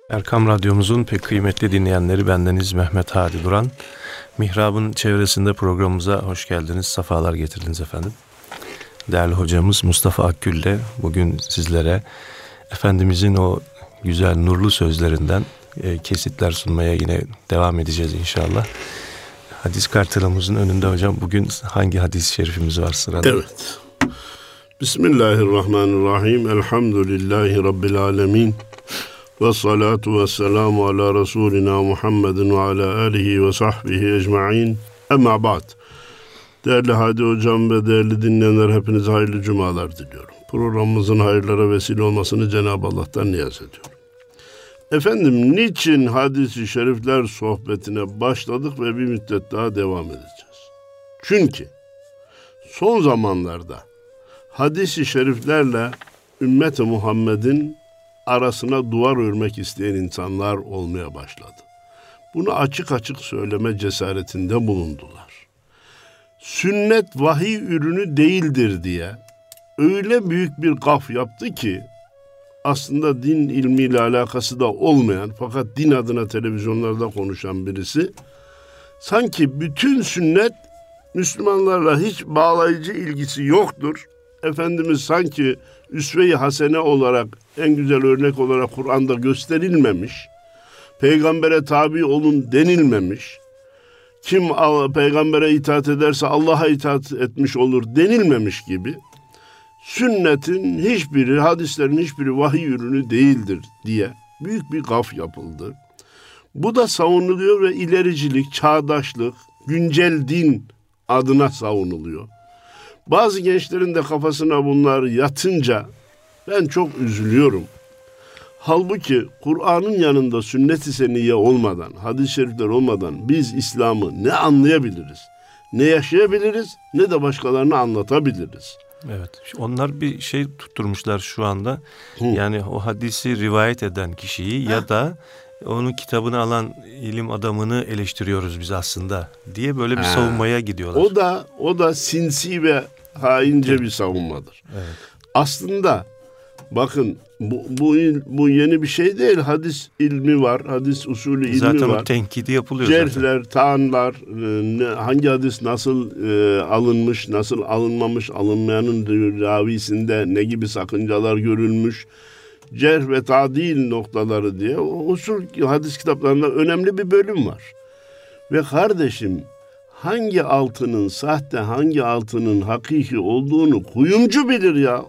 Erkam Radyomuzun pek kıymetli dinleyenleri, bendeniz Mehmet Hadi Duran. Mihrab'ın çevresinde programımıza hoş geldiniz, sefalar getirdiniz efendim. Değerli hocamız Mustafa Akgül'le bugün sizlere Efendimizin o güzel nurlu sözlerinden kesitler sunmaya yine devam edeceğiz inşallah. Hadis kartlarımızın önünde hocam bugün hangi hadis-i şerifimiz var sırada? Evet. Bismillahirrahmanirrahim. Elhamdülillahi Rabbil alemin. Ve salatu ve selamu ala Resulina Muhammedin ve ala alihi ve sahbihi ecma'in. Emma ba'd. Değerli Hadi Hocam ve değerli dinleyenler, hepinize hayırlı cumalar diliyorum. Programımızın hayırlara vesile olmasını Cenab-ı Allah'tan niyaz ediyorum. Efendim, niçin hadis-i şerifler sohbetine başladık ve bir müddet daha devam edeceğiz? Çünkü son zamanlarda hadis-i şeriflerle ümmet-i Muhammed'in arasına duvar örmek isteyen insanlar olmaya başladı. Bunu açık açık söyleme cesaretinde bulundular. Sünnet vahiy ürünü değildir diye öyle büyük bir gaf yaptı ki aslında din ilmiyle alakası da olmayan fakat din adına televizyonlarda konuşan birisi sanki bütün sünnet Müslümanlarla hiç bağlayıcı ilgisi yoktur. Efendimiz sanki üsve-i hasene olarak, en güzel örnek olarak Kur'an'da gösterilmemiş, peygambere tabi olun denilmemiş, kim peygambere itaat ederse Allah'a itaat etmiş olur denilmemiş gibi, sünnetin hiçbiri, hadislerin hiçbiri vahiy ürünü değildir diye büyük bir gaf yapıldı. Bu da savunuluyor ve ilericilik, çağdaşlık, güncel din adına savunuluyor. Bazı gençlerin de kafasına bunlar yatınca ben çok üzülüyorum. Halbuki Kur'an'ın yanında sünnet-i seniyye olmadan, hadis-i şerifler olmadan biz İslam'ı ne anlayabiliriz, ne yaşayabiliriz, ne de başkalarına anlatabiliriz. Evet, onlar bir şey tutturmuşlar şu anda. Yani o hadisi rivayet eden kişiyi ya da onun kitabını alan ilim adamını eleştiriyoruz biz aslında diye böyle bir savunmaya gidiyorlar. O da sinsi ve haince bir savunmadır. Evet. Aslında bakın bu yeni bir şey değil. Hadis ilmi var, hadis usulü ilmi zaten var. Zaten o tenkidi yapılıyor. Cerhler, taanlar, hangi hadis nasıl alınmış, nasıl alınmamış, alınmayanın ravisinde ne gibi sakıncalar görülmüş, cerh ve tadil noktaları diye usul hadis kitaplarında önemli bir bölüm var. Ve kardeşim, hangi altının sahte, hangi altının hakiki olduğunu kuyumcu bilir ya.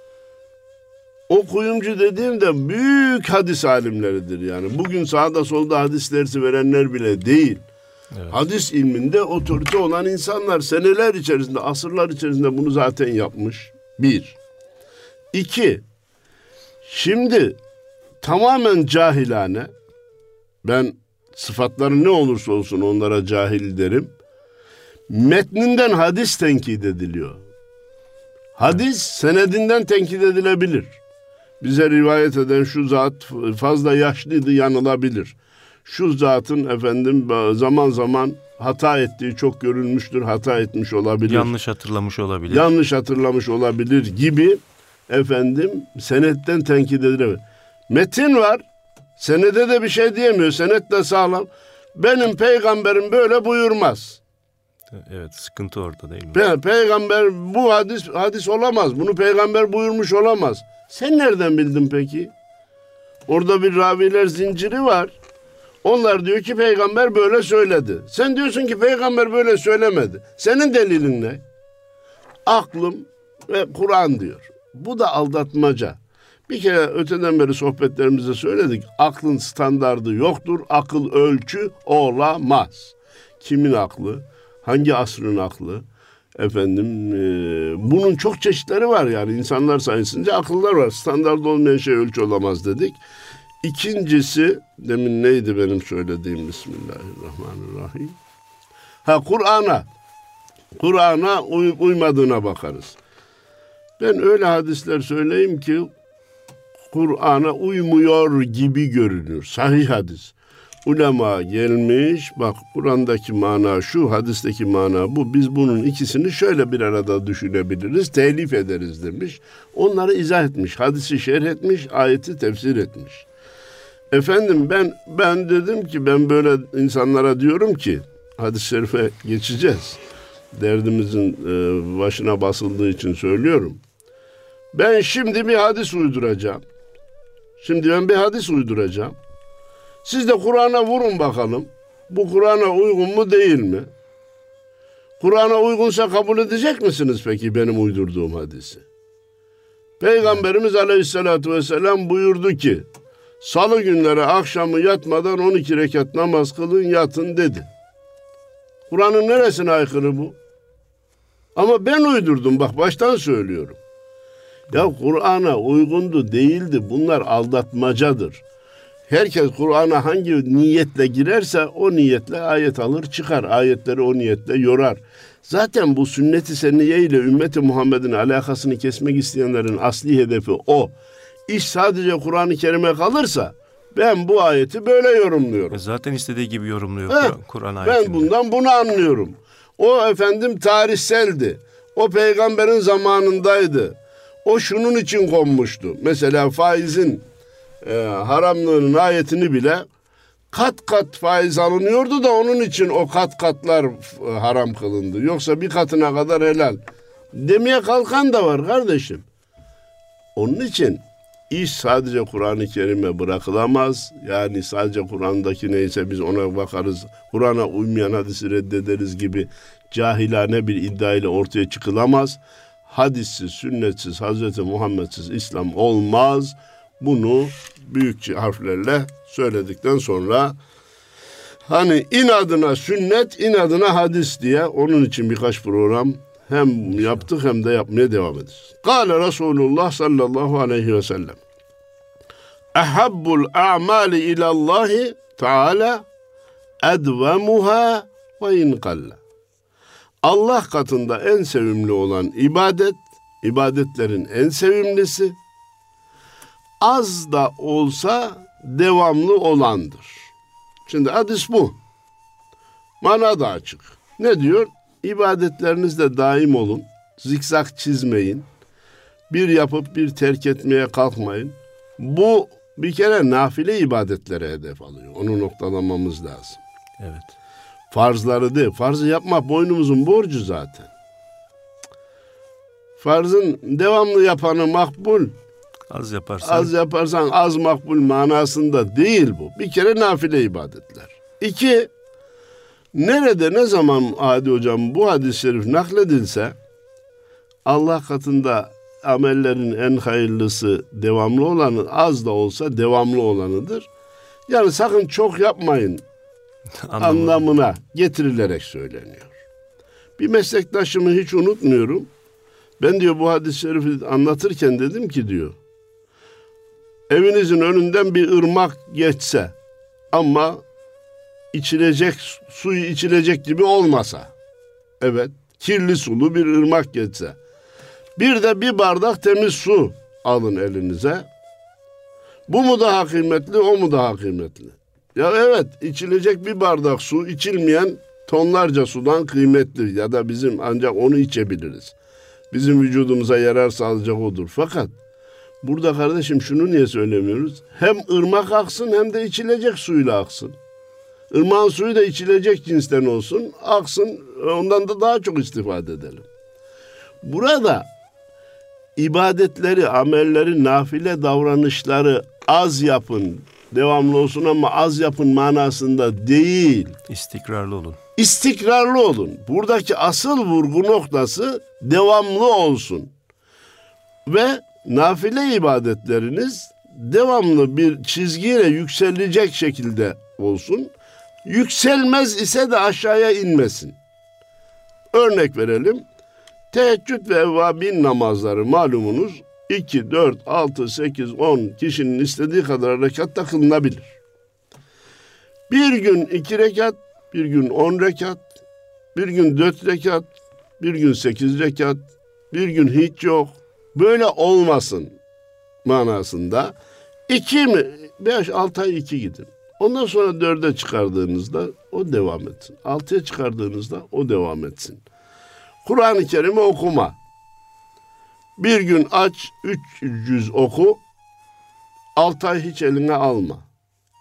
O kuyumcu dediğimde büyük hadis alimleridir yani. Bugün sağda solda hadis dersi verenler bile değil. Evet. Hadis ilminde otorite olan insanlar seneler içerisinde, asırlar içerisinde bunu zaten yapmış. 1. 2. Şimdi tamamen cahilane, ben sıfatları ne olursa olsun onlara cahil derim, metninden hadis tenkit ediliyor. Hadis senedinden tenkit edilebilir. Bize rivayet eden şu zat fazla yaşlıydı, yanılabilir. Şu zatın zaman zaman hata ettiği çok görülmüştür, hata etmiş olabilir. Yanlış hatırlamış olabilir gibi senetten tenkit edilebilir. Metin var, senede de bir şey diyemiyor, senet de sağlam. Benim peygamberim böyle buyurmaz. Evet, sıkıntı orada değil mi? Peygamber bu hadis olamaz. Bunu peygamber buyurmuş olamaz. Sen nereden bildin peki? Orada bir raviler zinciri var. Onlar diyor ki peygamber böyle söyledi. Sen diyorsun ki peygamber böyle söylemedi. Senin delilin ne? Aklım ve Kur'an diyor. Bu da aldatmaca. Bir kere öteden beri sohbetlerimizde söyledik. Aklın standardı yoktur. Akıl ölçü olamaz. Kimin aklı? Hangi asrın aklı? Bunun çok çeşitleri var yani. İnsanlar sayısınca akıllar var. Standart olmayan şey ölçü olamaz dedik. İkincisi, demin neydi benim söylediğim? Bismillahirrahmanirrahim. Kur'an'a uymadığına bakarız. Ben öyle hadisler söyleyeyim ki Kur'an'a uymuyor gibi görünür. Sahih hadis. Ulema gelmiş, bak Kur'an'daki mana şu, hadisteki mana bu. Biz bunun ikisini şöyle bir arada düşünebiliriz, telif ederiz demiş. Onları izah etmiş, hadisi şerh etmiş, ayeti tefsir etmiş. Efendim ben dedim ki ben böyle insanlara diyorum ki hadis-i şerife geçeceğiz. Derdimizin başına basıldığı için söylüyorum. Ben şimdi bir hadis uyduracağım. Siz de Kur'an'a vurun bakalım. Bu Kur'an'a uygun mu değil mi? Kur'an'a uygunsa kabul edecek misiniz peki benim uydurduğum hadisi? Peygamberimiz Aleyhisselatü Vesselam buyurdu ki Salı günleri akşamı yatmadan 12 rekat namaz kılın yatın dedi. Kur'an'ın neresine aykırı bu? Ama ben uydurdum bak baştan söylüyorum. Ya Kur'an'a uygundu değildi bunlar aldatmacadır. Herkes Kur'an'a hangi niyetle girerse o niyetle ayet alır çıkar. Ayetleri o niyetle yorar. Zaten bu sünnet-i seniyye ile ümmeti Muhammed'in alakasını kesmek isteyenlerin asli hedefi o. İş sadece Kur'an-ı Kerim'e kalırsa ben bu ayeti böyle yorumluyorum. Zaten istediği gibi yorumluyor Kur'an Ben ayetini. bundan bunu anlıyorum. O efendim tarihseldi. O peygamberin zamanındaydı. O şunun için konmuştu. Mesela faizin haramlığının ayetini bile kat kat faiz alınıyordu da onun için o kat katlar haram kılındı. Yoksa bir katına kadar helal. Demeye kalkan da var kardeşim. Onun için iş sadece Kur'an-ı Kerim'e bırakılamaz. Yani sadece Kur'an'daki neyse biz ona bakarız. Kur'an'a uymayan hadisi reddederiz gibi cahilane bir iddia ile ortaya çıkılamaz. Hadissiz, sünnetsiz, Hazreti Muhammedsiz İslam olmaz. Bunu büyük harflerle söyledikten sonra hani inadına sünnet, inadına hadis diye onun için birkaç program hem yaptık hem de yapmaya devam edeceğiz. Kâle Resulullah sallallahu aleyhi ve sellem. Ehabbul a'mali ilallahi teala edvemuha ve in kalla. Allah katında en sevimli olan ibadetlerin en sevimlisi, az da olsa devamlı olandır. Şimdi hadis bu. Mana da açık. Ne diyor? İbadetlerinizde daim olun. Zikzak çizmeyin. Bir yapıp bir terk etmeye kalkmayın. Bu bir kere nafile ibadetlere hedef alıyor. Onu noktalamamız lazım. Evet. Farzları değil. Farzı yapmak boynumuzun borcu zaten. Farzın devamlı yapanı makbul. Az yaparsan az makbul manasında değil bu. Bir kere nafile ibadetler. 2, nerede ne zaman Adi Hocam bu hadis-i şerif nakledilse Allah katında amellerin en hayırlısı devamlı olanı, az da olsa devamlı olanıdır. Yani sakın çok yapmayın anlamına getirilerek söyleniyor. Bir meslektaşımı hiç unutmuyorum. Ben diyor bu hadis-i şerifi anlatırken dedim ki diyor, evinizin önünden bir ırmak geçse ama suyu içilecek gibi olmasa, evet, kirli sulu bir ırmak geçse, bir de bir bardak temiz su alın elinize. Bu mu daha kıymetli, o mu daha kıymetli? Ya evet, içilecek bir bardak su, içilmeyen tonlarca sudan kıymetli ya da bizim ancak onu içebiliriz. Bizim vücudumuza yarar sağlayacak odur. Fakat burada kardeşim şunu niye söylemiyoruz? Hem ırmak aksın hem de içilecek suyla aksın. Irmağın suyu da içilecek cinsten olsun, aksın, ondan da daha çok istifade edelim. Burada ibadetleri, amelleri, nafile davranışları az yapın, devamlı olsun ama az yapın manasında değil. İstikrarlı olun. Buradaki asıl vurgu noktası devamlı olsun. Ve nafile ibadetleriniz devamlı bir çizgiyle yükselecek şekilde olsun. Yükselmez ise de aşağıya inmesin. Örnek verelim. Teheccüd ve evvabin namazları malumunuz 2, 4, 6, 8, 10 kişinin istediği kadar rekatta kılınabilir. Bir gün 2 rekat, bir gün 10 rekat, bir gün 4 rekat, bir gün 8 rekat, bir gün hiç yok. Böyle olmasın manasında 2 mi? 5, 6 ay 2 gidin. Ondan sonra 4'e çıkardığınızda o devam etsin. 6'ya çıkardığınızda o devam etsin. Kur'an-ı Kerim'i okuma. Bir gün aç 300 oku. 6 ay hiç eline alma.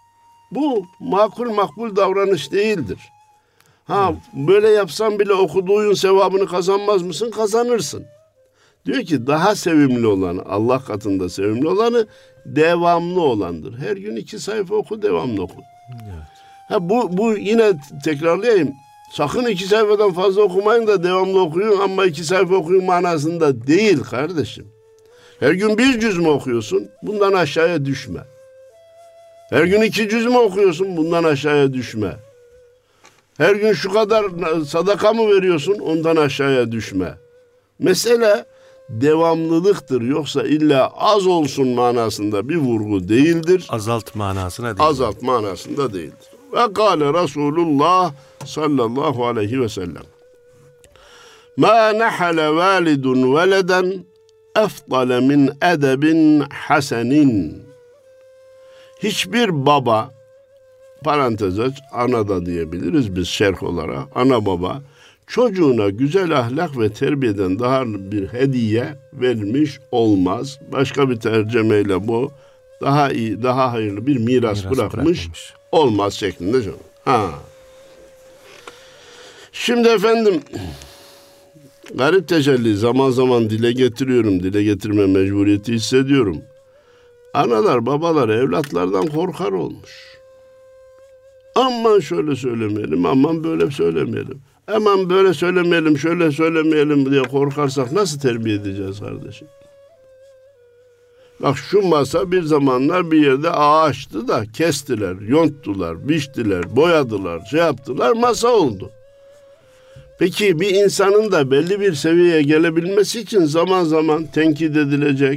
Bu makbul davranış değildir. Böyle yapsan bile okuduğun sevabını kazanmaz mısın? Kazanırsın. Diyor ki daha sevimli olanı, Allah katında sevimli olanı devamlı olandır. Her gün 2 sayfa oku, devamlı oku. Evet. Bu yine tekrarlayayım. Sakın 2 sayfadan fazla okumayın da devamlı okuyun ama 2 sayfa okuyun manasında değil kardeşim. Her gün 1 cüz mü okuyorsun? Bundan aşağıya düşme. Her gün 2 cüz mü okuyorsun? Bundan aşağıya düşme. Her gün şu kadar sadaka mı veriyorsun? Ondan aşağıya düşme. Mesele devamlılıktır. Yoksa illa az olsun manasında bir vurgu değildir. Azalt manasına değil. Azalt manasında değildir. Ve kâle Resulullah sallallahu aleyhi ve sellem. مَا نَحَلَ وَالِدٌ وَلَدًا اَفْضَلَ مِنْ اَدَبٍ حَسَنٍ. Hiçbir baba, parantez aç, ana da diyebiliriz biz şerh olarak, ana baba, çocuğuna güzel ahlak ve terbiyeden daha bir hediye vermiş olmaz. Başka bir tercümeyle bu daha iyi, daha hayırlı bir miras bırakmış olmaz şeklinde. Şimdi efendim, garip tecelli zaman zaman dile getiriyorum, dile getirme mecburiyeti hissediyorum. Analar, babalar evlatlardan korkar olmuş. Aman şöyle söylemeyelim, aman böyle söylemeyelim. Aman böyle söylemeyelim, şöyle söylemeyelim diye korkarsak nasıl terbiye edeceğiz kardeşim? Bak şu masa bir zamanlar bir yerde ağaçtı da kestiler, yonttular, biçtiler, boyadılar, şey yaptılar, masa oldu. Peki bir insanın da belli bir seviyeye gelebilmesi için zaman zaman tenkit edilecek,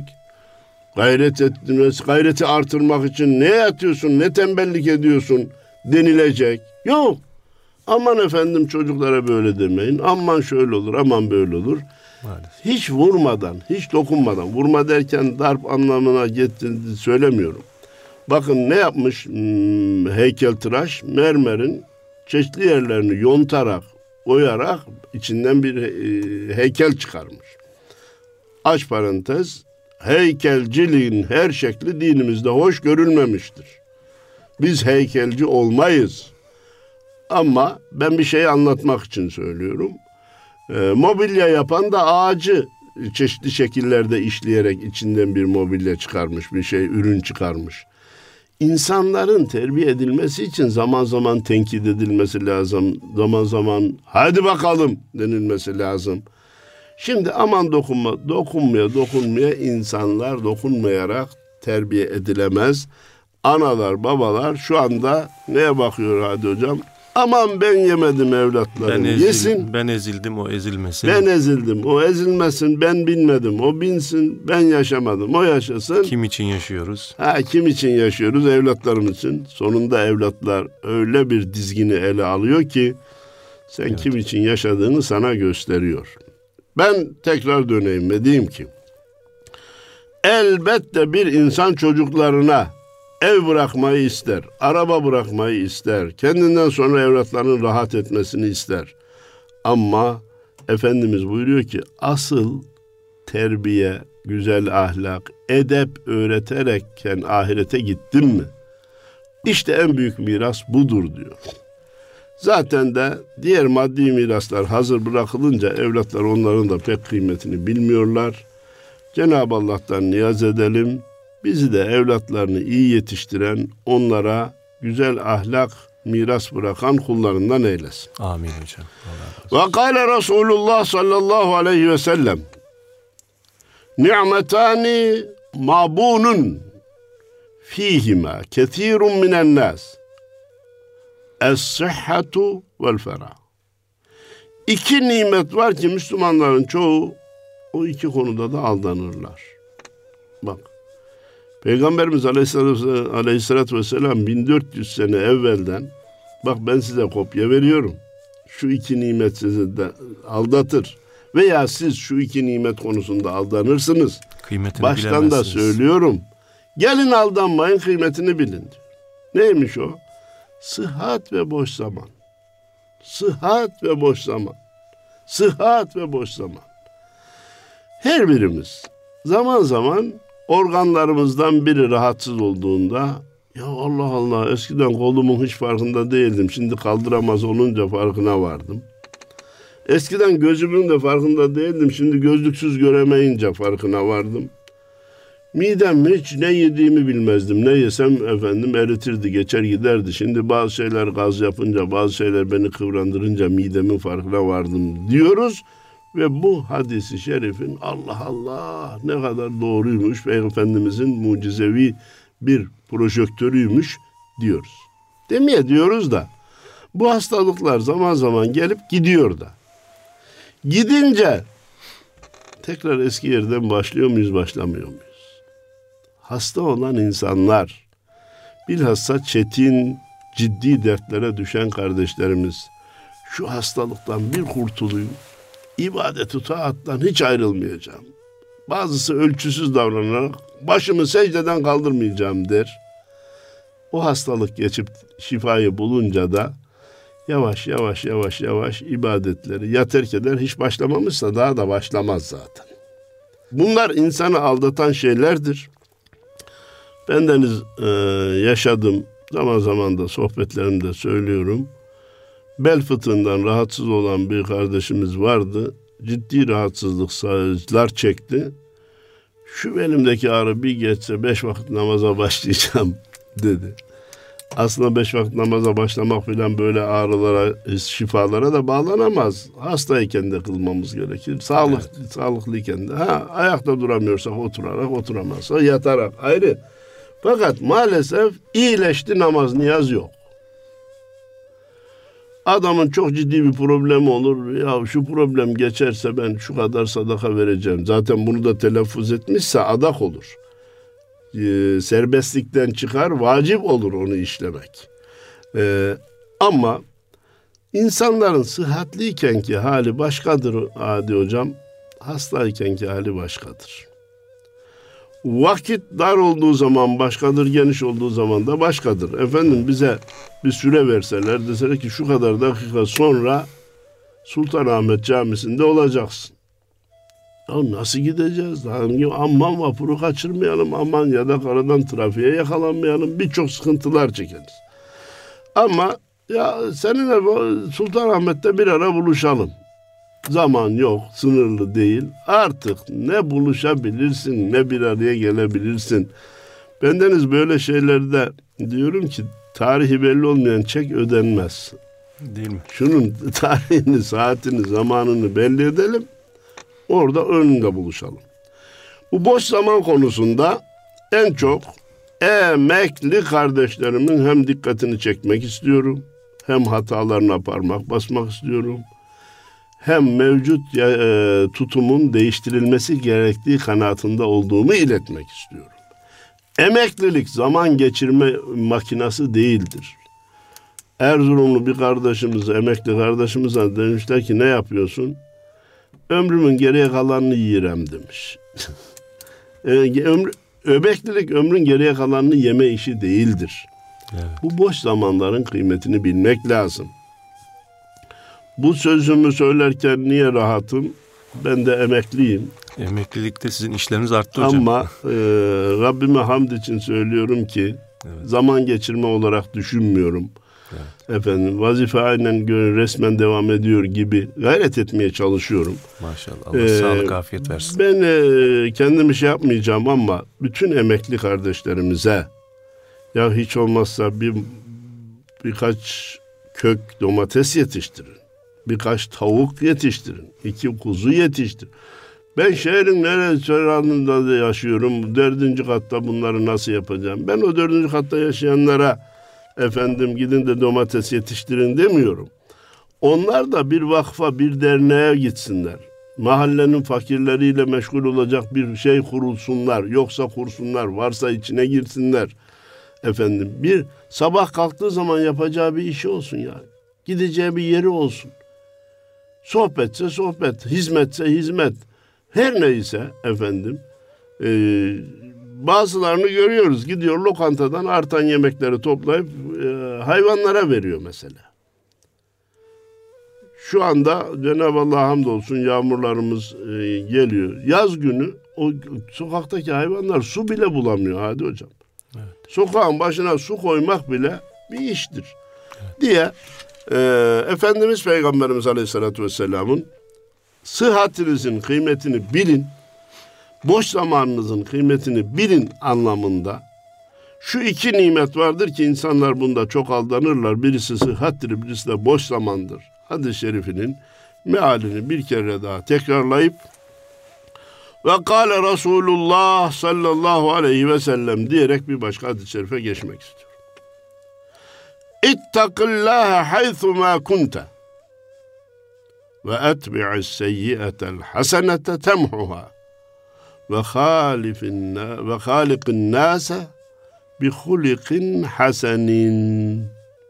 gayreti artırmak için ne yatıyorsun, ne tembellik ediyorsun denilecek. Yok. Aman efendim çocuklara böyle demeyin. Aman şöyle olur, aman böyle olur. Maalesef. Hiç vurmadan, hiç dokunmadan. Vurma derken darp anlamına getirdiğini söylemiyorum. Bakın ne yapmış heykeltıraş? Mermerin çeşitli yerlerini yontarak, oyarak içinden bir heykel çıkarmış. Aç parantez, heykelciliğin her şekli dinimizde hoş görülmemiştir. Biz heykelci olmayız. Ama ben bir şey anlatmak için söylüyorum. Mobilya yapan da ağacı çeşitli şekillerde işleyerek içinden bir mobilya çıkarmış, bir şey, ürün çıkarmış. İnsanların terbiye edilmesi için zaman zaman tenkit edilmesi lazım. Zaman zaman hadi bakalım denilmesi lazım. Şimdi aman dokunmaya insanlar dokunmayarak terbiye edilemez. Analar, babalar şu anda neye bakıyor hadi hocam? Aman ben yemedim evlatlarım. Yesin. Ben ezildim, o ezilmesin. Ben ezildim, o ezilmesin. Ben binmedim, o binsin. Ben yaşamadım, o yaşasın. Kim için yaşıyoruz? Kim için yaşıyoruz? Evlatlarımız için. Sonunda evlatlar öyle bir dizgini ele alıyor ki sen kim için yaşadığını sana gösteriyor. Ben tekrar döneyim ve diyeyim ki elbette bir insan çocuklarına ev bırakmayı ister, araba bırakmayı ister, kendinden sonra evlatlarının rahat etmesini ister. Ama Efendimiz buyuruyor ki asıl terbiye, güzel ahlak, edep öğreterekken ahirete gittin mi? İşte en büyük miras budur diyor. Zaten de diğer maddi miraslar hazır bırakılınca evlatlar onların da pek kıymetini bilmiyorlar. Cenab-ı Allah'tan niyaz edelim. Bizi de evlatlarını iyi yetiştiren, onlara güzel ahlak miras bırakan kullarından eylesin. Amin hocam. Allah ve kâle Resulullah sallallahu aleyhi ve sellem ni'metâni ma'bûnun fîhimâ kethîrun minen nâs es-sıhhatu vel ferah. 2 nimet var ki Müslümanların çoğu o 2 konuda da aldanırlar. Bak. Peygamberimiz Aleyhisselatü Vesselam 1400 sene evvelden bak ben size kopya veriyorum. Şu 2 nimet sizi de aldatır. Veya siz şu 2 nimet konusunda aldanırsınız. Kıymetini baştan da söylüyorum. Gelin aldanmayın, kıymetini bilin diyor. Neymiş o? Sıhhat ve boş zaman. Sıhhat ve boş zaman. Sıhhat ve boş zaman. Her birimiz zaman zaman organlarımızdan biri rahatsız olduğunda Ya Allah Allah, eskiden kolumun hiç farkında değildim. Şimdi kaldıramaz olunca farkına vardım. Eskiden gözümün de farkında değildim. Şimdi gözlüksüz göremeyince farkına vardım. Midem hiç ne yediğimi bilmezdim. Ne yesem efendim eritirdi, geçer giderdi. Şimdi bazı şeyler gaz yapınca, bazı şeyler beni kıvrandırınca midemin farkına vardım diyoruz. Ve bu hadisi şerifin Allah Allah ne kadar doğruymuş, Peygamberimizin mucizevi bir projektörüymüş diyoruz. Demeye diyoruz da bu hastalıklar zaman zaman gelip gidiyor da. Gidince tekrar eski yerden başlıyor muyuz, başlamıyor muyuz? Hasta olan insanlar, bilhassa çetin, ciddi dertlere düşen kardeşlerimiz, şu hastalıktan bir kurtulayım, ibadet-i taattan hiç ayrılmayacağım. Bazısı ölçüsüz davranarak başımı secdeden kaldırmayacağım der. O hastalık geçip şifayı bulunca da yavaş yavaş ibadetleri ya terk eder, hiç başlamamışsa daha da başlamaz zaten. Bunlar insanı aldatan şeylerdir. Bendeniz yaşadım, zaman zaman da sohbetlerimde söylüyorum. Bel fıtığından rahatsız olan bir kardeşimiz vardı. Ciddi rahatsızlıklar çekti. Şu belimdeki ağrı bir geçse 5 vakit namaza başlayacağım dedi. Aslında 5 vakit namaza başlamak falan böyle ağrılara, şifalara da bağlanamaz. Hastayken de kılmamız gerekir. Sağlıklıyken de. Ayakta duramıyorsak oturarak, oturamazsa yatarak ayrı. Fakat maalesef iyileşti, namaz niyaz yok. Adamın çok ciddi bir problemi olur. Ya şu problem geçerse ben şu kadar sadaka vereceğim. Zaten bunu da telaffuz etmişse adak olur. Serbestlikten çıkar, vacip olur onu işlemek. Ama insanların sıhhatliykenki hali başkadır Adi Hocam. Hastaykenki hali başkadır. Vakit dar olduğu zaman başkadır, geniş olduğu zaman da başkadır. Efendim bize bir süre verseler, deseler ki şu kadar dakika sonra Sultanahmet Camisi'nde olacaksın. Ya nasıl gideceğiz? Aman vapuru kaçırmayalım, aman ya da karadan trafiğe yakalanmayalım. Birçok sıkıntılar çekeriz. Ama ya seninle Sultanahmet'te bir ara buluşalım. Zaman yok, sınırlı değil. Artık ne buluşabilirsin, ne bir araya gelebilirsin. Bendeniz böyle şeylerde diyorum ki tarihi belli olmayan çek ödenmez. Değil mi? Şunun tarihini, saatini, zamanını belli edelim. Orada önünde buluşalım. Bu boş zaman konusunda en çok emekli kardeşlerimin hem dikkatini çekmek istiyorum, hem hatalarına parmak basmak istiyorum, hem mevcut tutumun değiştirilmesi gerektiği kanaatinde olduğumu iletmek istiyorum. Emeklilik zaman geçirme makinası değildir. Erzurumlu bir kardeşimiz, emekli kardeşimize demişler ki ne yapıyorsun? Ömrümün geriye kalanını yiyirem demiş. Emeklilik ömrün geriye kalanını yeme işi değildir. Evet. Bu boş zamanların kıymetini bilmek lazım. Bu sözümü söylerken niye rahatım? Ben de emekliyim. Emeklilikte sizin işleriniz arttı hocam. Ama Rabbime hamd için söylüyorum ki evet, zaman geçirme olarak düşünmüyorum. Evet. Efendim vazife aynen resmen devam ediyor gibi gayret etmeye çalışıyorum. Maşallah. Allah sağlık afiyet versin. Ben kendimi şey yapmayacağım ama bütün emekli kardeşlerimize ya hiç olmazsa birkaç kök domates yetiştirin. Birkaç tavuk yetiştirin. 2 kuzu yetiştirin. Ben şehrin neresinde yaşıyorum. 4. katta bunları nasıl yapacağım? Ben o 4. katta yaşayanlara efendim gidin de domates yetiştirin demiyorum. Onlar da bir vakfa, bir derneğe gitsinler. Mahallenin fakirleriyle meşgul olacak bir şey kurulsunlar. Yoksa kursunlar, varsa içine girsinler. Efendim bir sabah kalktığı zaman yapacağı bir işi olsun ya. Gideceği bir yeri olsun. Sohbetse sohbet, hizmetse hizmet. Her neyse efendim bazılarını görüyoruz. Gidiyor lokantadan artan yemekleri toplayıp hayvanlara veriyor mesela. Şu anda Cenab-ı Allah'a hamdolsun yağmurlarımız geliyor. Yaz günü o sokaktaki hayvanlar su bile bulamıyor Hadi Hocam. Evet. Sokağın başına su koymak bile bir iştir. Evet. Diye Efendimiz Peygamberimiz Aleyhisselatü Vesselam'ın sıhhatinizin kıymetini bilin, boş zamanınızın kıymetini bilin anlamında şu iki nimet vardır ki insanlar bunda çok aldanırlar. Birisi sıhhattir, birisi de boş zamandır. Hadis-i şerifinin mealini bir kere daha tekrarlayıp ve kâle Resulullah sallallahu aleyhi ve sellem diyerek bir başka hadis-i şerife geçmek istiyorum. İttakillâhe haythumâ kunte ve etbi'is seyyi'etel hasenete temhuha ve hâlikin nâse bi hulikin hasenin.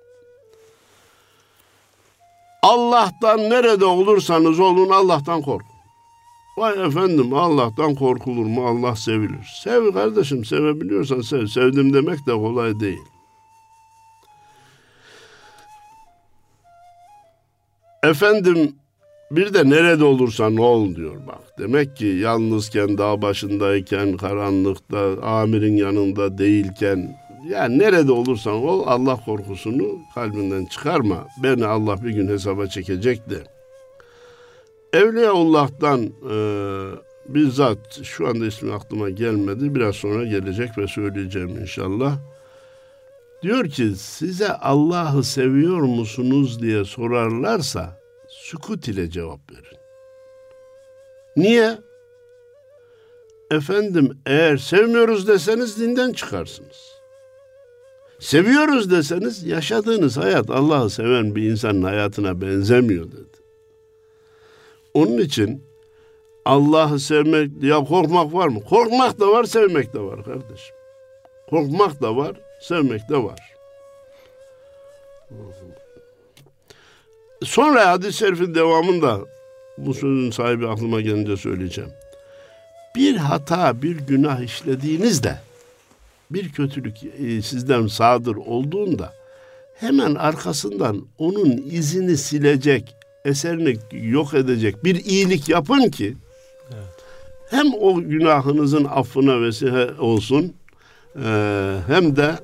Allah'tan nerede olursanız olun Allah'tan korkun. Vay efendim, Allah'tan korkulur mu? Allah sevilir. Sev kardeşim, sevebiliyorsan sev. Sevdim demek de kolay değil. Efendim bir de nerede olursan ol diyor bak. Demek ki yalnızken, dağ başındayken, karanlıkta, amirin yanında değilken, yani nerede olursan ol Allah korkusunu kalbinden çıkarma. Beni Allah bir gün hesaba çekecek de. Evliyaullah'tan bizzat şu anda ismi aklıma gelmedi. Biraz sonra gelecek ve söyleyeceğim inşallah. Diyor ki size Allah'ı seviyor musunuz diye sorarlarsa sükut ile cevap verin. Niye? Efendim eğer sevmiyoruz deseniz dinden çıkarsınız. Seviyoruz deseniz yaşadığınız hayat Allah'ı seven bir insanın hayatına benzemiyor dedi. Onun için Allah'ı sevmek, ya korkmak var mı? Korkmak da var, sevmek de var kardeşim. Korkmak da var, sevmek de var. Sonra hadis-i şerifin devamında bu sözün sahibi aklıma gelince söyleyeceğim. Bir hata, bir günah işlediğinizde, bir kötülük sizden sadır olduğunda hemen arkasından onun izini silecek, eserini yok edecek bir iyilik yapın ki evet, hem o günahınızın affına vesile olsun hem de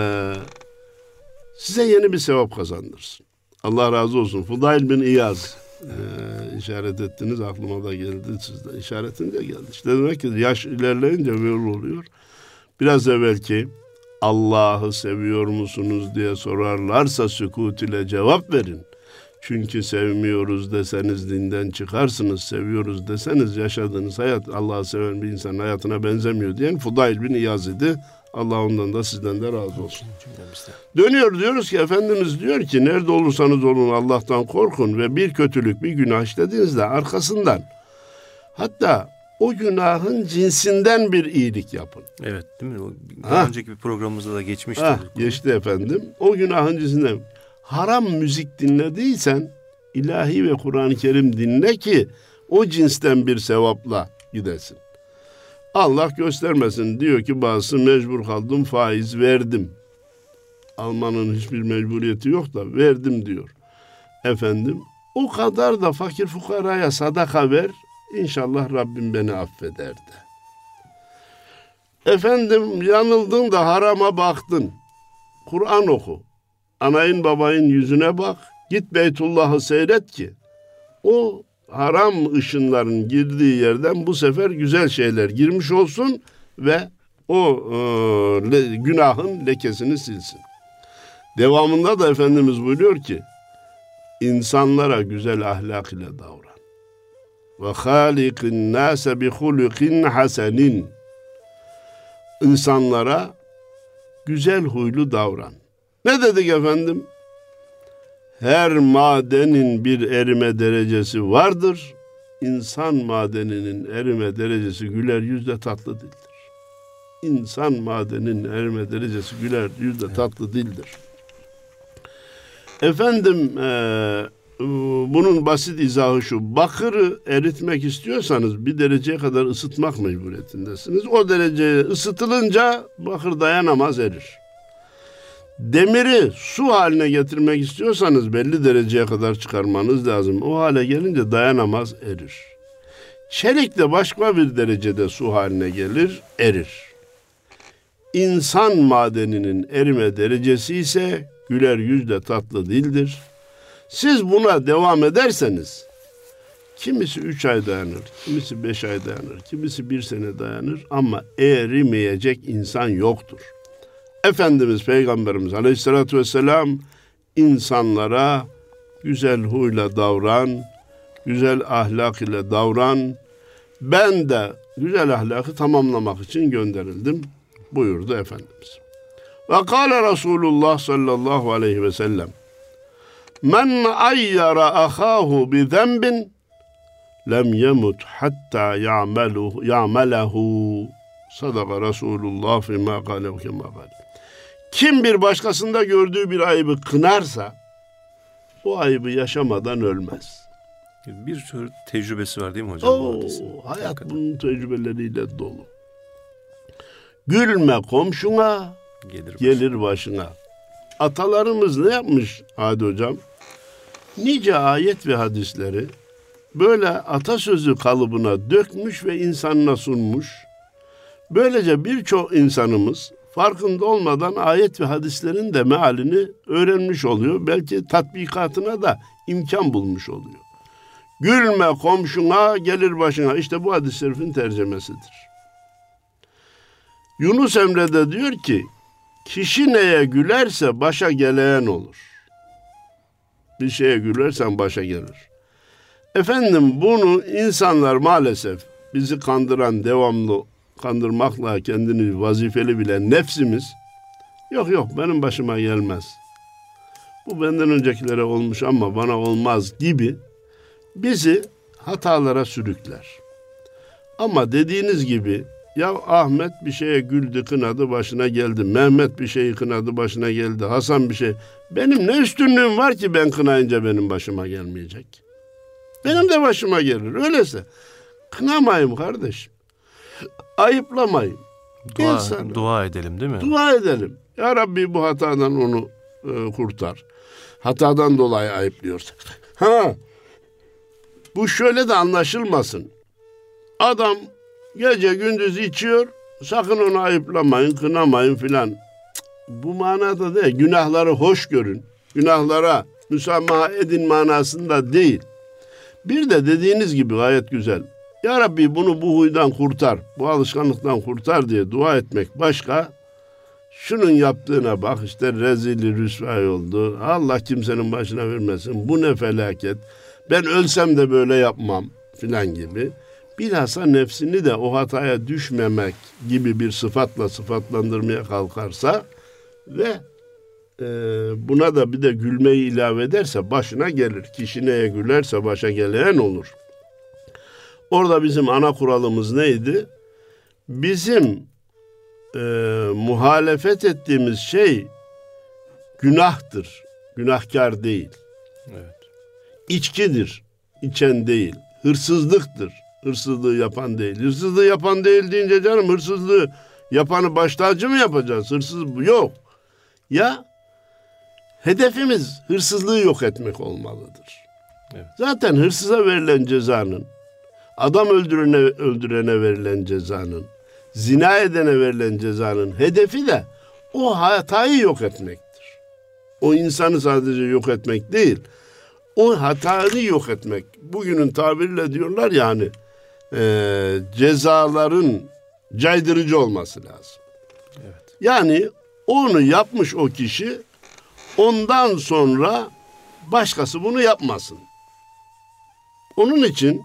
size yeni bir sevap kazandırsın. Allah razı olsun. Fudayl bin İyaz işaret ettiniz, aklıma da geldi. Siz de işaretince geldi. İşte demek ki yaş ilerleyince böyle oluyor. Biraz evvelki Allah'ı seviyor musunuz diye sorarlarsa sükut ile cevap verin. Çünkü sevmiyoruz deseniz dinden çıkarsınız, seviyoruz deseniz yaşadığınız hayat Allah'ı seven bir insanın hayatına benzemiyor diyen Fudayl bin İyaz idi. Allah ondan da sizden de razı olsun. Dönüyor diyoruz ki Efendimiz diyor ki nerede olursanız olun Allah'tan korkun ve bir kötülük, bir günah işlediğinizde arkasından hatta o günahın cinsinden bir iyilik yapın. Evet, değil mi? Daha önceki bir programımızda da geçmişti. Geçti efendim. O günahın cinsinden. Haram müzik dinlediysen ilahi ve Kur'an-ı Kerim dinle ki o cinsten bir sevapla gidesin. Allah göstermesin diyor ki bazısı mecbur kaldım faiz verdim. Almanın hiçbir mecburiyeti yok da verdim diyor. Efendim o kadar da fakir fukaraya sadaka ver. İnşallah Rabbim beni affeder de. Efendim yanıldın da harama baktın. Kur'an oku. Anayın babayın yüzüne bak. Git Beytullah'ı seyret ki o haram ışınların girdiği yerden bu sefer güzel şeyler girmiş olsun ve o günahın lekesini silsin. Devamında da Efendimiz buyuruyor ki insanlara güzel ahlak ile davran. Ve halikin nase bi hulukin hasenin. İnsanlara güzel huylu davran. Ne dedik efendim? Her madenin bir erime derecesi vardır. İnsan madeninin erime derecesi güler yüzle tatlı dildir. İnsan madeninin erime derecesi güler yüzle tatlı dildir. Efendim bunun basit izahı şu. Bakırı eritmek istiyorsanız bir dereceye kadar ısıtmak mecburiyetindesiniz. O dereceye ısıtılınca bakır dayanamaz erir. Demiri su haline getirmek istiyorsanız belli dereceye kadar çıkarmanız lazım. O hale gelince dayanamaz erir. Çelik de başka bir derecede su haline gelir, erir. İnsan madeninin erime derecesi ise güler yüzle tatlı dildir. Siz buna devam ederseniz kimisi 3 ay dayanır, kimisi 5 ay dayanır, kimisi 1 sene dayanır ama erimeyecek insan yoktur. Efendimiz Peygamberimiz Aleyhisselatü Vesselam insanlara güzel huyla davran, güzel ahlak ile davran. Ben de güzel ahlakı tamamlamak için gönderildim buyurdu Efendimiz. Ve kâle Resulullah sallallahu aleyhi ve sellem men ayyara ahâhu bi zenbin lem yemut hatta ya'melehu sadaka Resulullah fîmâ kâlehu kemâ kâle. Kim bir başkasında gördüğü bir ayıbı kınarsa o ayıbı yaşamadan ölmez. Bir sürü tecrübesi var değil mi hocam? Hayat bunun tecrübeleriyle dolu. Gülme komşuna, gelir başına. Atalarımız ne yapmış Hadi hocam? Nice ayet ve hadisleri böyle atasözü kalıbına dökmüş ve insanına sunmuş. Böylece birçok insanımız farkında olmadan ayet ve hadislerin de mealini öğrenmiş oluyor. Belki tatbikatına da imkan bulmuş oluyor. Gülme komşuna, gelir başına. İşte bu hadis-i şerifin tercemesidir. Yunus Emre de diyor ki, kişi neye gülerse başa geleyen olur. Bir şeye gülersen başa gelir. Efendim bunu insanlar maalesef bizi kandıran, devamlı kandırmakla kendini vazifeli bilen nefsimiz, yok benim başıma gelmez. Bu benden öncekilere olmuş ama bana olmaz gibi bizi hatalara sürükler. Ama dediğiniz gibi ya Ahmet bir şeye güldü, kınadı, başına geldi. Mehmet bir şeyi kınadı, başına geldi. Hasan bir şey. Benim ne üstünlüğüm var ki ben kınayınca benim başıma gelmeyecek? Benim de başıma gelir. Öyleyse kınamayayım kardeşim. Ayıplamayın. Dua edelim değil mi? Dua edelim. Ya Rabbi bu hatadan onu kurtar. Hatadan dolayı ayıplıyorsak. Bu şöyle de anlaşılmasın. Adam gece gündüz içiyor. Sakın onu ayıplamayın, kınamayın filan. Bu manada değil. Günahları hoş görün. Günahlara müsamaha edin manasında değil. Bir de dediğiniz gibi gayet güzel. Ya Rabbi bunu bu huydan kurtar, bu alışkanlıktan kurtar diye dua etmek başka. Şunun yaptığına bak işte rezili rüsvay oldu. Allah kimsenin başına vermesin. Bu ne felaket. Ben ölsem de böyle yapmam filan gibi. Bilhassa nefsini de o hataya düşmemek gibi bir sıfatla sıfatlandırmaya kalkarsa ve buna da bir de gülmeyi ilave ederse başına gelir. Kişi neye gülerse başa gelen olur. Orada bizim ana kuralımız neydi? Bizim muhalefet ettiğimiz şey günahtır. Günahkar değil. Evet. İçkidir. İçen değil. Hırsızlıktır. Hırsızlığı yapan değil. Hırsızlığı yapan değil deyince canım hırsızlığı yapanı baş tacı mı yapacağız? Hırsız bu yok. Ya hedefimiz hırsızlığı yok etmek olmalıdır. Evet. Zaten hırsıza verilen cezanın, adam öldürene verilen cezanın, zina edene verilen cezanın hedefi de o hatayı yok etmektir. O insanı sadece yok etmek değil, o hatayı yok etmek. Bugünün tabiriyle diyorlar yani cezaların caydırıcı olması lazım. Evet. Yani onu yapmış o kişi, ondan sonra başkası bunu yapmasın. Onun için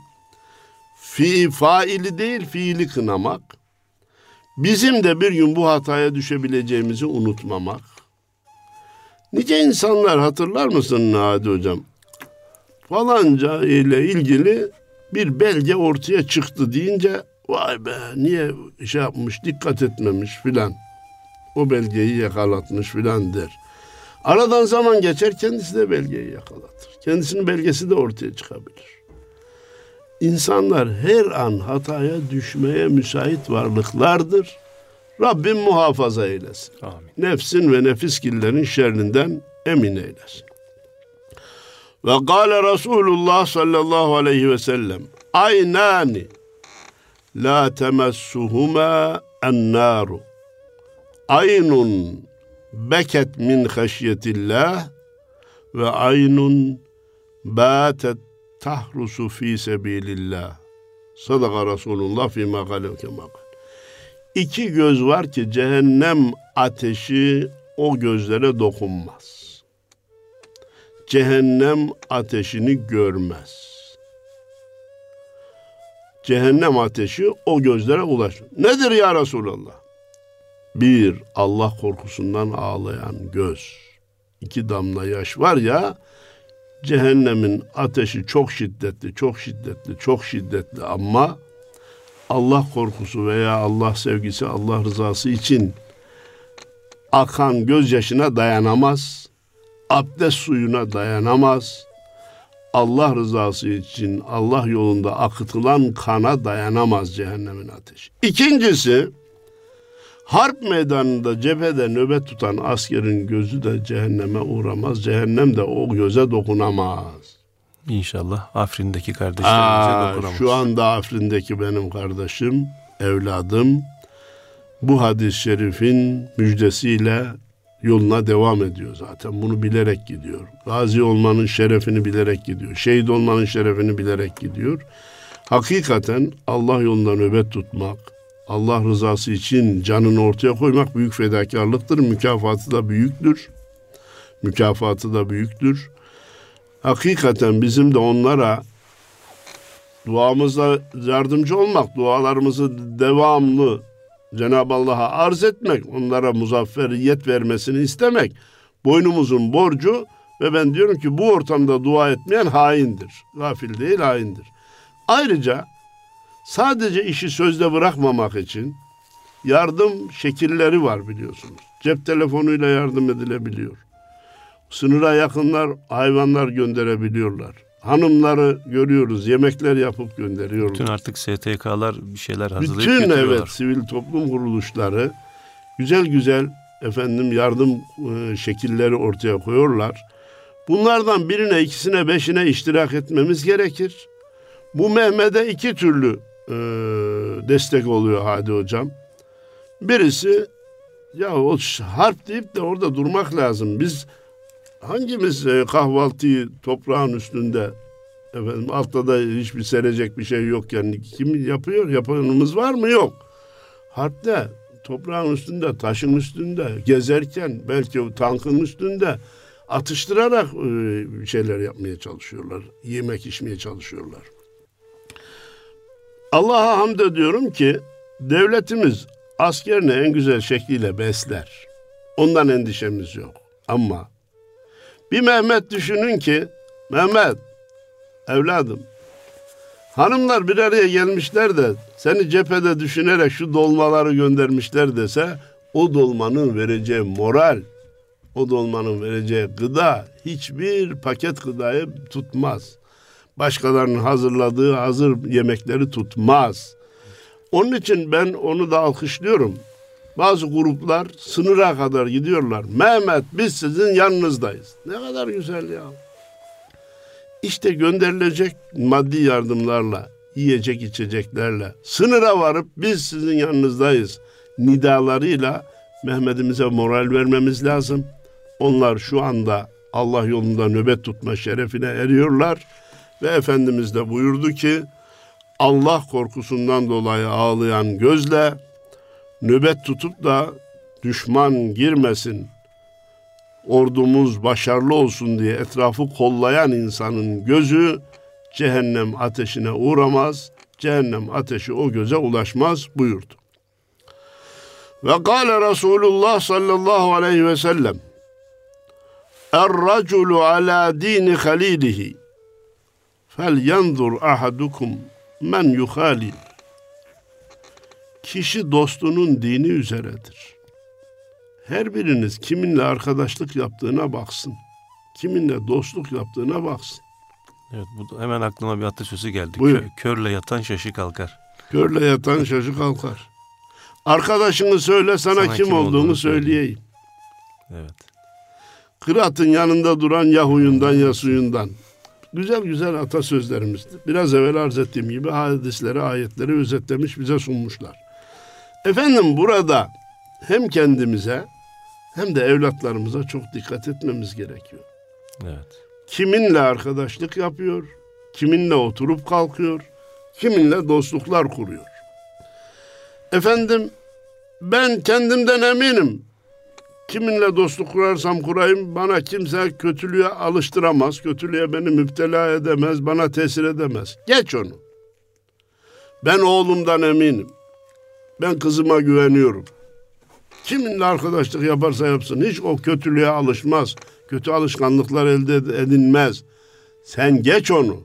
faili değil fiili kınamak, bizim de bir gün bu hataya düşebileceğimizi unutmamak. Nice insanlar hatırlar mısın Hadi hocam? Falanca ile ilgili bir belge ortaya çıktı deyince vay be niye şey yapmış, dikkat etmemiş filan. O belgeyi yakalatmış filan der. Aradan zaman geçer kendisi de belgeyi yakalatır. Kendisinin belgesi de ortaya çıkabilir. İnsanlar her an hataya düşmeye müsait varlıklardır. Rabbim muhafaza eylesin. Amin. Nefsin ve nefisgillerin şerrinden emin eylesin. Ve kâle Resulullah sallallahu aleyhi ve sellem aynâni la temessuhuma ennâru Aynun beket min haşyetillah ve aynun bâtet tahrusu fî sebilillah. Sadaka Resulullah fîmâ kâle kemâ kâle. İki göz var ki cehennem ateşi o gözlere dokunmaz. Cehennem ateşini görmez. Cehennem ateşi o gözlere ulaşır. Nedir ya Resulallah? Bir, Allah korkusundan ağlayan göz. 2 damla yaş var ya, cehennemin ateşi çok şiddetli, çok şiddetli, çok şiddetli ama Allah korkusu veya Allah sevgisi, Allah rızası için akan gözyaşına dayanamaz. Abdest suyuna dayanamaz. Allah rızası için Allah yolunda akıtılan kana dayanamaz cehennemin ateşi. İkincisi, harp meydanında cephede nöbet tutan askerin gözü de cehenneme uğramaz. Cehennem de o göze dokunamaz. İnşallah Afrin'deki kardeşlerimize dokunamaz. Şu anda Afrin'deki benim kardeşim, evladım bu hadis-i şerifin müjdesiyle yoluna devam ediyor zaten. Bunu bilerek gidiyor. Gazi olmanın şerefini bilerek gidiyor. Şehit olmanın şerefini bilerek gidiyor. Hakikaten Allah yolunda nöbet tutmak, Allah rızası için canını ortaya koymak büyük fedakarlıktır. Mükafatı da büyüktür. Mükafatı da büyüktür. Hakikaten bizim de onlara duamızla yardımcı olmak, dualarımızı devamlı Cenab-ı Allah'a arz etmek, onlara muzafferiyet vermesini istemek boynumuzun borcu ve ben diyorum ki bu ortamda dua etmeyen haindir. Gafil değil, haindir. Ayrıca sadece işi sözde bırakmamak için yardım şekilleri var biliyorsunuz. Cep telefonuyla yardım edilebiliyor. Sınıra yakınlar hayvanlar gönderebiliyorlar. Hanımları görüyoruz, yemekler yapıp gönderiyorlar. Bütün artık STK'lar bir şeyler hazırlayıp bütün getiriyorlar. Evet, sivil toplum kuruluşları güzel yardım şekilleri ortaya koyuyorlar. Bunlardan birine, ikisine, beşine iştirak etmemiz gerekir. Bu Mehmet'e 2 türlü destek oluyor Hadi Hocam. Birisi ya o harp deyip de orada durmak lazım. Biz hangimiz kahvaltıyı toprağın üstünde altta da hiçbir serecek bir şey yok yani kim yapıyor? Yapanımız var mı? Yok. Harpte toprağın üstünde, taşın üstünde gezerken belki o tankın üstünde atıştırarak şeyler yapmaya çalışıyorlar. Yemek içmeye çalışıyorlar. Allah'a hamd ediyorum ki devletimiz askerini en güzel şekliyle besler. Ondan endişemiz yok. Ama bir Mehmet düşünün ki, Mehmet, evladım, hanımlar bir araya gelmişler de seni cephede düşünerek şu dolmaları göndermişler dese, o dolmanın vereceği moral, o dolmanın vereceği gıda hiçbir paket gıdayı tutmaz. Başkalarının hazırladığı hazır yemekleri tutmaz. Onun için ben onu da alkışlıyorum. Bazı gruplar sınıra kadar gidiyorlar. Mehmet biz sizin yanınızdayız. Ne kadar güzel ya. İşte gönderilecek maddi yardımlarla, yiyecek içeceklerle sınıra varıp biz sizin yanınızdayız nidalarıyla Mehmet'imize moral vermemiz lazım. Onlar şu anda Allah yolunda nöbet tutma şerefine eriyorlar ve Efendimiz de buyurdu ki Allah korkusundan dolayı ağlayan gözle nöbet tutup da düşman girmesin, ordumuz başarılı olsun diye etrafı kollayan insanın gözü cehennem ateşine uğramaz, cehennem ateşi o göze ulaşmaz buyurdu. Ve kâle Resulullah sallallahu aleyhi ve sellem Er-raculu alâ dîni halîlihi fel yanzur ahadukum men yuhalil. Kişi dostunun dini üzeredir. Her biriniz kiminle arkadaşlık yaptığına baksın. Kiminle dostluk yaptığına baksın. Evet, bu hemen aklıma bir atasözü geldi. Buyur. Körle yatan şaşı kalkar. Körle yatan şaşı kalkar. Arkadaşını söyle sana kim olduğunu söyleyeyim. Evet. Kıraatın yanında duran ya huyundan ya suyundan. Güzel atasözlerimizdir. Biraz evvel arz ettiğim gibi hadisleri, ayetleri özetlemiş bize sunmuşlar. Efendim burada hem kendimize hem de evlatlarımıza çok dikkat etmemiz gerekiyor. Evet. Kiminle arkadaşlık yapıyor, kiminle oturup kalkıyor, kiminle dostluklar kuruyor. Efendim, ben kendimden eminim. Kiminle dostluk kurarsam kurayım, bana kimse kötülüğe alıştıramaz, kötülüğe beni müptela edemez, bana tesir edemez. Geç onu. Ben oğlumdan eminim. Ben kızıma güveniyorum. Kiminle arkadaşlık yaparsa yapsın, hiç o kötülüğe alışmaz. Kötü alışkanlıklar elde edilmez. Sen geç onu.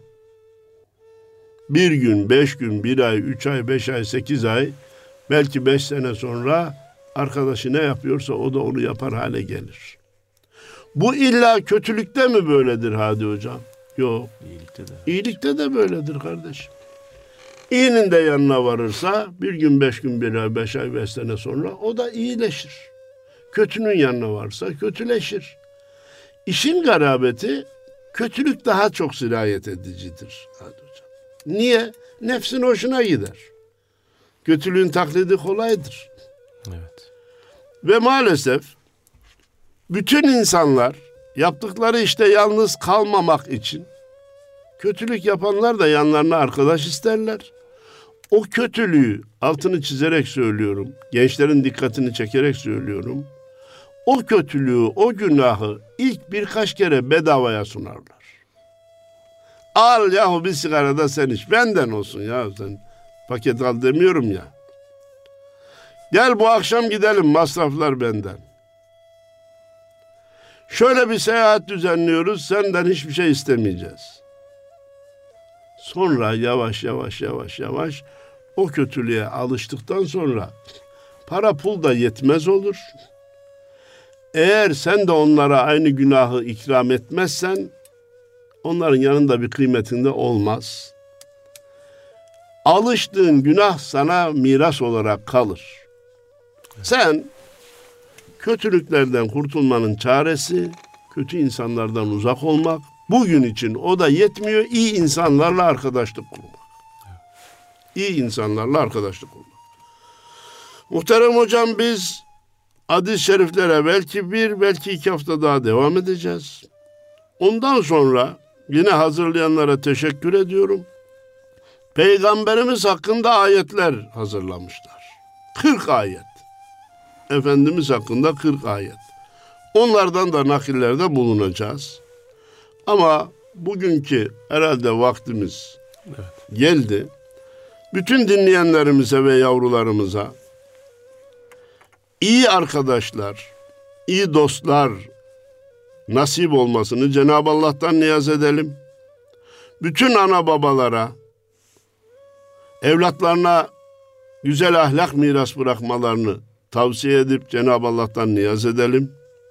1 gün, 5 gün, 1 ay, 3 ay, 5 ay, 8 ay, belki 5 sene sonra arkadaşı ne yapıyorsa o da onu yapar hale gelir. Bu illa kötülükte mi böyledir Hadi Hocam? Yok. İyilikte de. İyilikte de böyledir kardeşim. İyinin de yanına varırsa 1 gün, 5 gün, 1 ay, 5 ay, 5 sene sonra o da iyileşir. Kötünün yanına varsa kötüleşir. İşin garabeti, kötülük daha çok sirayet edicidir Hadi Hocam. Niye? Nefsin hoşuna gider. Kötülüğün taklidi kolaydır. Evet. Ve maalesef bütün insanlar yaptıkları işte yalnız kalmamak için kötülük yapanlar da yanlarına arkadaş isterler. O kötülüğü, altını çizerek söylüyorum, gençlerin dikkatini çekerek söylüyorum. O kötülüğü, o günahı ilk birkaç kere bedavaya sunarlar. Al yahu bir sigara da sen iç, benden olsun ya, sen paket al demiyorum ya. Gel bu akşam gidelim, masraflar benden. Şöyle bir seyahat düzenliyoruz, senden hiçbir şey istemeyeceğiz. Sonra yavaş yavaş o kötülüğe alıştıktan sonra para pul da yetmez olur. Eğer sen de onlara aynı günahı ikram etmezsen onların yanında bir kıymetinde olmaz. Alıştığın günah sana miras olarak kalır. Sen kötülüklerden kurtulmanın çaresi kötü insanlardan uzak olmak. Bugün için o da yetmiyor, iyi insanlarla arkadaşlık kurmak. İyi insanlarla arkadaşlık kurmak. Muhterem hocam, biz hadis-i şeriflere belki 1, belki 2 hafta daha devam edeceğiz. Ondan sonra yine hazırlayanlara teşekkür ediyorum. Peygamberimiz hakkında ayetler hazırlamışlar. 40 ayet. Efendimiz hakkında 40 ayet. Onlardan da nakillerde bulunacağız. Ama bugünkü herhalde vaktimiz geldi. Bütün dinleyenlerimize ve yavrularımıza iyi arkadaşlar, iyi dostlar nasip olmasını Cenab-ı Allah'tan niyaz edelim. Bütün ana babalara, evlatlarına güzel ahlak miras bırakmalarını tavsiye edip Cenab-ı Allah'tan niyaz edelim.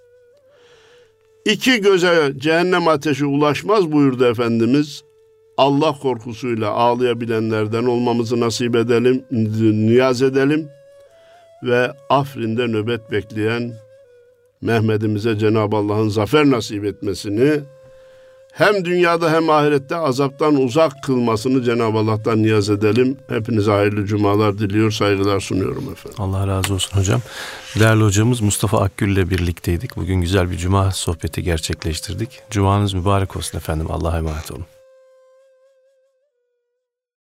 2 göze cehennem ateşi ulaşmaz buyurdu Efendimiz. Allah korkusuyla ağlayabilenlerden olmamızı nasip edelim, niyaz edelim. Ve Afrin'de nöbet bekleyen Mehmet'imize Cenab-ı Allah'ın zafer nasip etmesini, hem dünyada hem ahirette azaptan uzak kılmasını Cenab-ı Allah'tan niyaz edelim. Hepinize hayırlı cumalar diliyor, saygılar sunuyorum efendim. Allah razı olsun hocam. Değerli hocamız Mustafa Akgül ile birlikteydik. Bugün güzel bir cuma sohbeti gerçekleştirdik. Cumanız mübarek olsun efendim. Allah'a emanet olun.